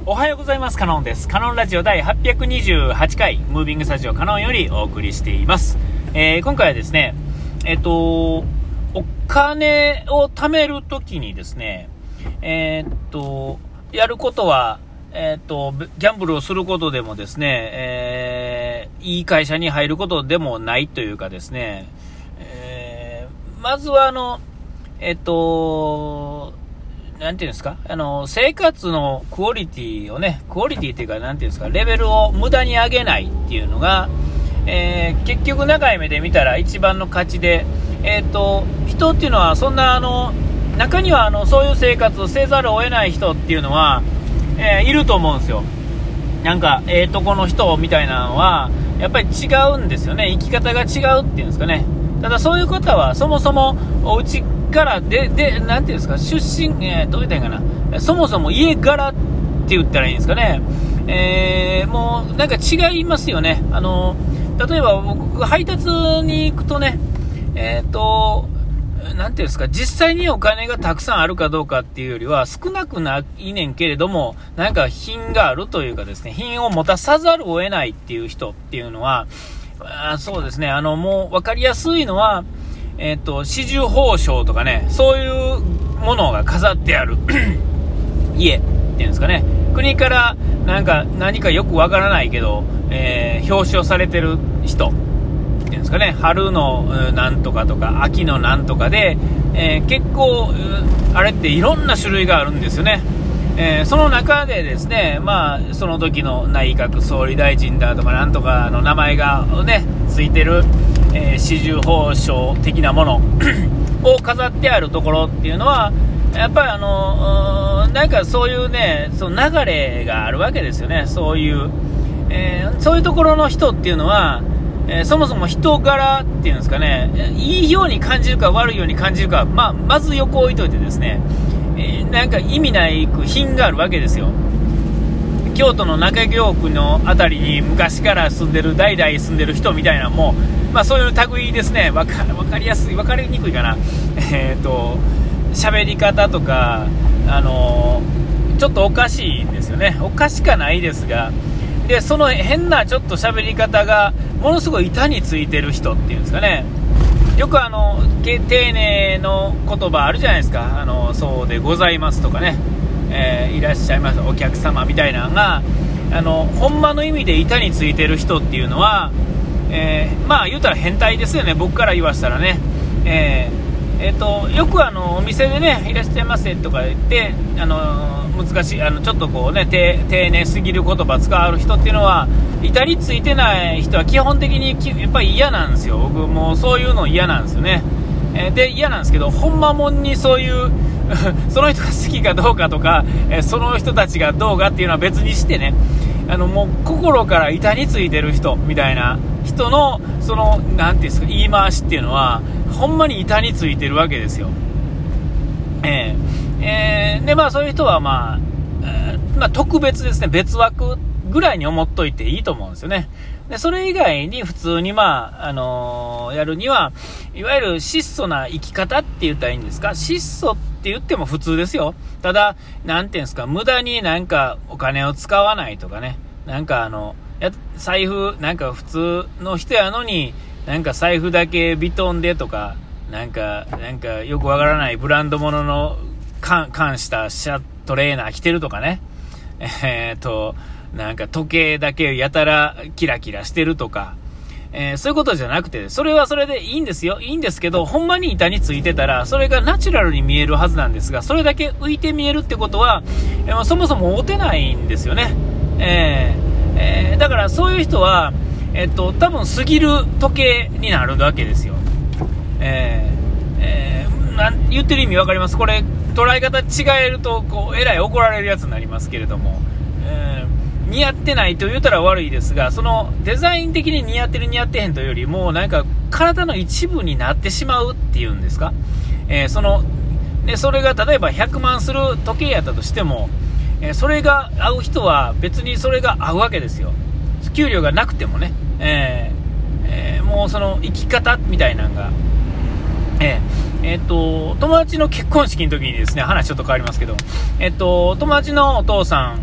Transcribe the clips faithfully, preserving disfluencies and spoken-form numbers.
おはようございます。カノンです。カノンラジオ第はっぴゃくにじゅうはちかいムービングスタジオカノンよりお送りしています。えー、今回はですねえっとお金を貯めるときにですねえー、っとやることはえー、っとギャンブルをすることでもですね、えー、いい会社に入ることでもないというかですね、えー、まずはあのえっとなんていうんですか、あの生活のクオリティをね、クオリティっていうかなんていうんですか、レベルを無駄に上げないっていうのが、えー、結局長い目で見たら一番の価値で、えー、と人っていうのはそんなあの中にはあのそういう生活をせざるを得ない人っていうのは、えー、いると思うんですよ。なんかええとこの人みたいなのはやっぱり違うんですよね。生き方が違うっていうんですかね。ただそういう方はそもそもお家からででなんていうんですか、出身、えー、どう言ったらいいかな、そもそも家柄って言ったらいいんですかね。えー、もうなんか違いますよね。あの例えば僕配達に行くとね、えっとなんていうんですか、実際にお金がたくさんあるかどうかっていうよりは少なくないねんけれども、なんか品があるというかですね、品を持たさざるを得ないっていう人っていうのは、あそうですね、あのもう分かりやすいのはえっと、紫綬褒章とかね、そういうものが飾ってある家っていうんですかね。国からなんか何かよくわからないけど、えー、表彰されてる人っていうんですかね。春のなんとかとか秋のなんとかで、えー、結構あれっていろんな種類があるんですよね。えー、その中でですね、まあその時の内閣総理大臣だとかなんとかの名前がねついてる、えー、紫綬褒章的なものを飾ってあるところっていうのはやっぱりあのなんかそういうね、その流れがあるわけですよね。そういう、えー、そういうところの人っていうのは、えー、そもそも人柄っていうんですかね、いいように感じるか悪いように感じるか、まあ、まず横置いといてですね、えー、なんか意味ない品があるわけですよ。京都の中京区のあたりに昔から住んでる代々住んでる人みたいなのも、まあ、そういう類ですね。わか、わかりやすい、わかりにくいかな。えっと喋り方とか、あのー、ちょっとおかしいんですよね。おかしかないですが、でその変なちょっと喋り方がものすごい板についてる人っていうんですかね。よくあの丁寧の言葉あるじゃないですか。あのそうでございますとかね、えー、いらっしゃいますお客様みたいなのが、あのほんまの意味で板についてる人っていうのは、えー、まあ言うたら変態ですよね。僕から言わせたらね、えーえー、とよくあのお店でねいらっしゃいませとか言ってあの難しいあのちょっとこうね丁寧すぎる言葉使う人っていうのは、板についてない人は基本的にやっぱり嫌なんですよ。僕もうそういうの嫌なんですよね。えー、で嫌なんですけど、ほんまもんにそういうその人が好きかどうかとか、えー、その人たちがどうかっていうのは別にしてね、あのもう心から板についてる人みたいな人のそのなんていうんですか、言い回しっていうのはほんまに板についてるわけですよ。えーえー、でまあそういう人はまあ、えーまあ、特別ですね、別枠ぐらいに思っといていいと思うんですよね。でそれ以外に普通にまああのー、やるにはいわゆる質素な生き方って言ったらいいんですか。質素って言っても普通ですよ。ただなんていうんですか、無駄になんかお金を使わないとかね、なんかあのや財布なんか普通の人やのになんか財布だけビトンでとか、なんかなんかよくわからないブランド物の関したシャトレーナー着てるとかね、えーとなんか時計だけやたらキラキラしてるとか、えー、そういうことじゃなくて、それはそれでいいんですよ。いいんですけど、ほんまに板についてたらそれがナチュラルに見えるはずなんですが、それだけ浮いて見えるってことは、えー、そもそも合うてないんですよね。えーえー、だからそういう人はえっと多分過ぎる時計になるわけですよ。えーえー、なん言ってる意味わかります？これ捉え方違えるとこうえらい怒られるやつになりますけれども、えー、似合ってないと言ったら悪いですが、そのデザイン的に似合ってる似合ってへんというよりも、なんか体の一部になってしまうっていうんですか、えー、そのでそれが例えばひゃくまんする時計やったとしても、えー、それが合う人は別にそれが合うわけですよ。給料がなくてもね、えーえー、もうその生き方みたいなのが、えーえー、と友達の結婚式の時にですね、話ちょっと変わりますけど、えー、と友達のお父さん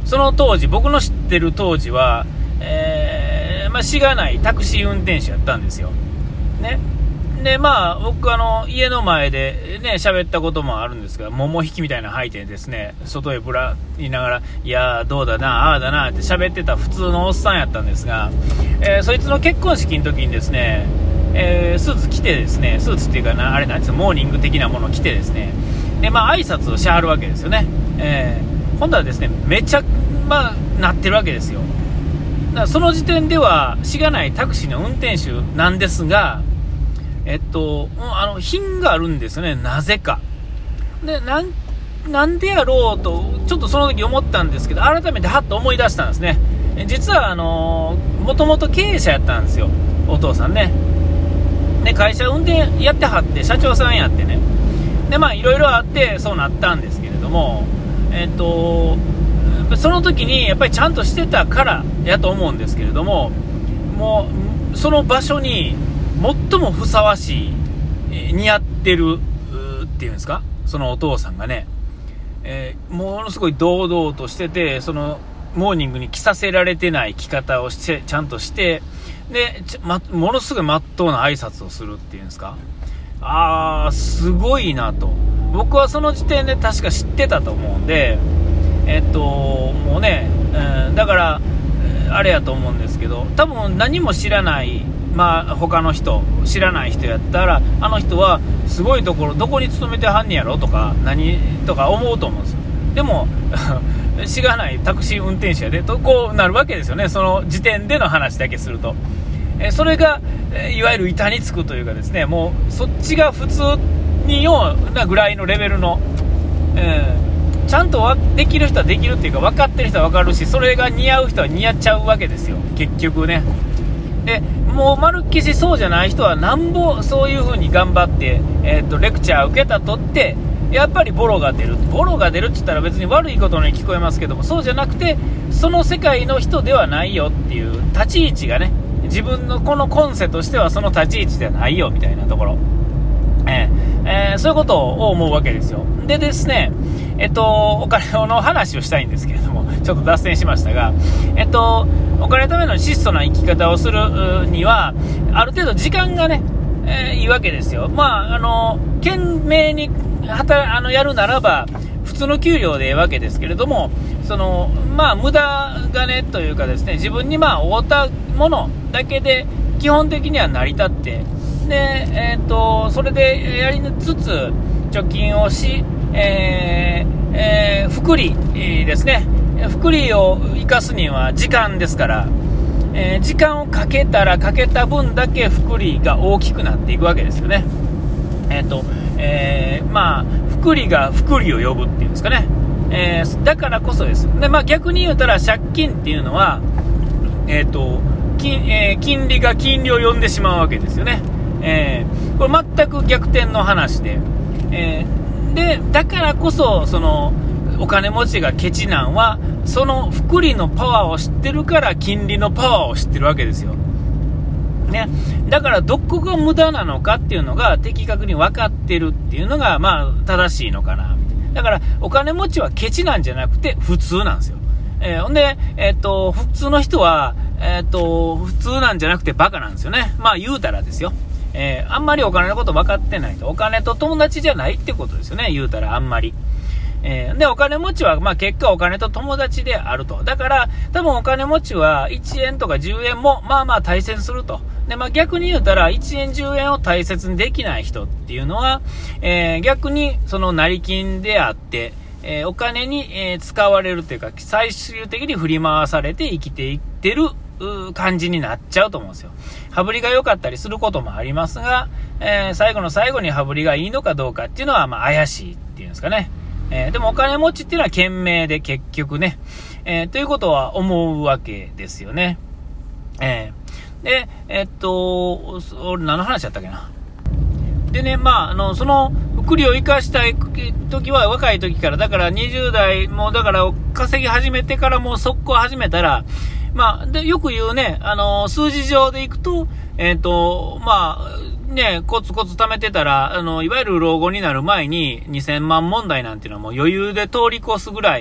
その当時、僕の知ってる当時は、えー、まあ、しがないタクシー運転手やったんですよ。ね。で、まあ、僕、あの、家の前でね、喋ったこともあるんですが、桃引きみたいなの履いてですね、外へぶらりながら、いやー、どうだな、ああだな、って喋ってた普通のおっさんやったんですが、えー、そいつの結婚式の時にですね、えー、スーツ着てですね、スーツっていうかな、あれなんですよ、モーニング的なものを着てですね、で、まあ、挨拶をしはるわけですよね。えー、今度はですね、めちゃ、まあ、なってるわけですよ。だからその時点では、しがないタクシーの運転手なんですが、えっと、あの、品があるんですよね、なぜか。で、なん、なんでやろうと、ちょっとその時思ったんですけど、改めてはっと思い出したんですね。実は、あの、もともと経営者やったんですよ、お父さんね。で、会社運転やってはって、社長さんやってね。で、まあ、いろいろあって、そうなったんですけれども、えっと、その時に、やっぱりちゃんとしてたからやと思うんですけれども、もう、その場所に、最もふさわしい、えー、似合ってるっていうんですか、そのお父さんがね、えー、ものすごい堂々としてて、そのモーニングに着させられてない着方をしてちゃんとして、で、ま、ものすごい真っ当な挨拶をするっていうんですか、あーすごいなと。僕はその時点で確か知ってたと思うんで、えっともうね、えー、だからあれやと思うんですけど、多分何も知らない、まあ、他の人、知らない人やったら、あの人はすごいところ、どこに勤めてはんねやろとか、何とか思うと思うんですよ。でも、しがないタクシー運転手やでと、こうなるわけですよね、その時点での話だけすると。えそれが、いわゆる板につくというかですね、もうそっちが普通にようなぐらいのレベルの、えー、ちゃんとはできる人はできるっていうか、分かってる人は分かるし、それが似合う人は似合っちゃうわけですよ、結局ね。でもうまるっきしそうじゃない人はなんぼそういう風に頑張って、えー、とレクチャーを受けたとってやっぱりボロが出るボロが出るって言ったら別に悪いことに聞こえますけども、そうじゃなくてその世界の人ではないよっていう立ち位置がね、自分のこの今世としてはその立ち位置ではないよみたいなところ、えーえー、そういうことを思うわけですよ。でですね、えっとお金の話をしたいんですけれども、ちょっと脱線しましたが、えっとお金のための質素な生き方をするにはある程度時間がね、えー、いいわけですよ。まああの懸命に働あのやるならば普通の給料でいいわけですけれども、そのまあ無駄金というかですね、自分にまあ負ったものだけで基本的には成り立って、で、えー、とそれでやりつつ貯金をし、えーえー、福利ですね、福利を生かすには時間ですから、えー、時間をかけたらかけた分だけ福利が大きくなっていくわけですよね。えーとえー、まあ福利が福利を呼ぶっていうんですかね、えー、だからこそです。で、まあ、逆に言うたら借金っていうのは、えーと 金, えー、金利が金利を呼んでしまうわけですよね。えー、これ全く逆転の話で、えー、でだからこそそのお金持ちがケチなんはその福利のパワーを知ってるから金利のパワーを知ってるわけですよ、ね、だからどこが無駄なのかっていうのが的確に分かってるっていうのがまあ正しいのかな。だからお金持ちはケチなんじゃなくて普通なんですよ。えー、ほんで、えー、っと普通の人は、えー、っと普通なんじゃなくてバカなんですよね。まあ言うたらですよ、えー、あんまりお金のこと分かってないと、お金と友達じゃないってことですよね、言うたらあんまり。えー、でお金持ちは、まあ、結果お金と友達であると。だから多分お金持ちはいちえんとかじゅうえんもまあまあ大切にすると。で、まあ、逆に言うたらいちえんじゅうえんを大切にできない人っていうのは、えー、逆にその成金であって、えー、お金に、えー、使われるというか最終的に振り回されて生きていってる感じになっちゃうと思うんですよ。羽振りが良かったりすることもありますが、えー、最後の最後に羽振りがいいのかどうかっていうのはまあ怪しいっていうんですかね。えー、でもお金持ちっていうのは賢明で結局ね、えー、ということは思うわけですよね。えー、で、えー、っと、俺何の話だったっけな。でね、まあ、あの、その福利を生かしたい時は若い時から、だからにじゅう代、もうだから稼ぎ始めてからもう速攻始めたら、まあ、で、よく言うね、あの、数字上でいくと、えー、っと、まあ、ね、コツコツ貯めてたら、あの、いわゆる老後になる前ににせんまん問題なんていうのはもう余裕で通り越すぐらい、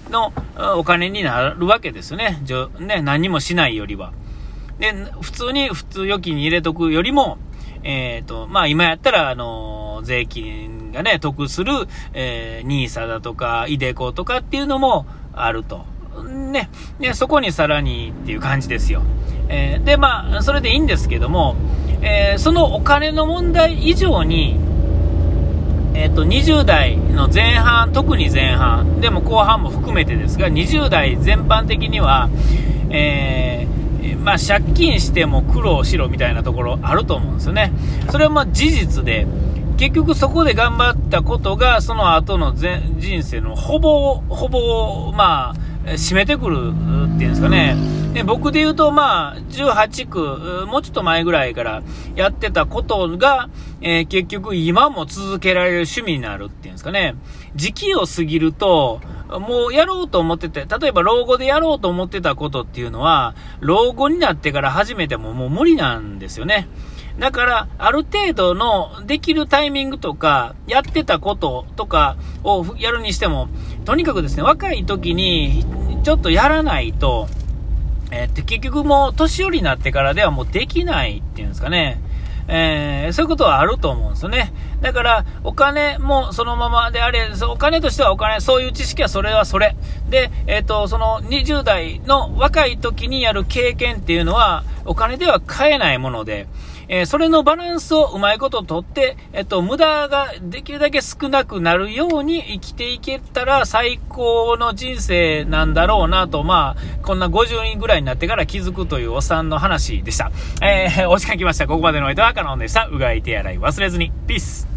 のお金になるわけですよね。じょね、何もしないよりは。で、普通に普通預金に入れとくよりも、えっと、まあ今やったら、あの、税金がね、得する、えー、ニーサだとか、イデコとかっていうのもあると。ね。で、そこにさらにっていう感じですよ。えー、で、まあ、それでいいんですけども、えー、そのお金の問題以上に、えっと、にじゅう代の前半、特に前半、でも後半も含めてですが、にじゅう代全般的には、えー、まあ、借金しても苦労しろみたいなところあると思うんですよね。それはまあ事実で、結局そこで頑張ったことが、その後の人生のほぼ、ほぼ、まあ、占めてくるっていうんですかね。で、僕で言うと、まあ、じゅうはち区、もうちょっと前ぐらいからやってたことが、えー、結局今も続けられる趣味になるっていうんですかね。時期を過ぎると、もうやろうと思ってて、例えば老後でやろうと思ってたことっていうのは、老後になってから始めてももう無理なんですよね。だから、ある程度のできるタイミングとか、やってたこととかをやるにしても、とにかくですね、若い時にちょっとやらないと、えー、結局もう年寄りになってからではもうできないっていうんですかね。えー、そういうことはあると思うんですよね。だからお金もそのままであれ、お金としてはお金、そういう知識はそれはそれで、えっとそのにじゅう代の若い時にやる経験っていうのはお金では買えないもので、えー、それのバランスをうまいこととって、えっと無駄ができるだけ少なくなるように生きていけたら最高の人生なんだろうなと、まあこんなごじゅうにんぐらいになってから気づくというおっさんの話でした。えー、お時間来ました。ここまでのお相手はカノンでした。うがい手洗い忘れずに。ピース。